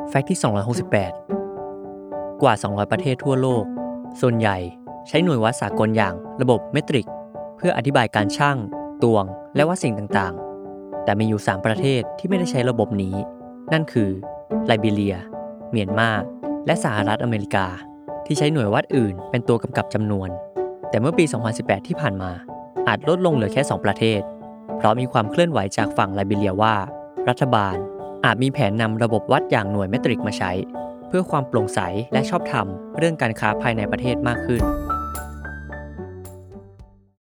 แฟกต์ที่268กว่า200ประเทศทั่วโลกส่วนใหญ่ใช้หน่วยวัดสากลอย่างระบบเมตริกเพื่ออธิบายการชั่งตวงและวัดสิ่งต่างๆแต่มีอยู่3ประเทศที่ไม่ได้ใช้ระบบนี้นั่นคือไลบีเรียเมียนมาและสหรัฐอเมริกาที่ใช้หน่วยวัดอื่นเป็นตัวกำกับจำนวนแต่เมื่อปี2018ที่ผ่านมาอาจลดลงเหลือแค่2ประเทศเพราะมีความเคลื่อนไหวจากฝั่งไลบีเรียว่ารัฐบาลอาจมีแผนนำระบบวัดอย่างหน่วยเมตริกมาใช้เพื่อความโปร่งใสและชอบธรรมเรื่องการค้าภายในประเทศมากขึ้น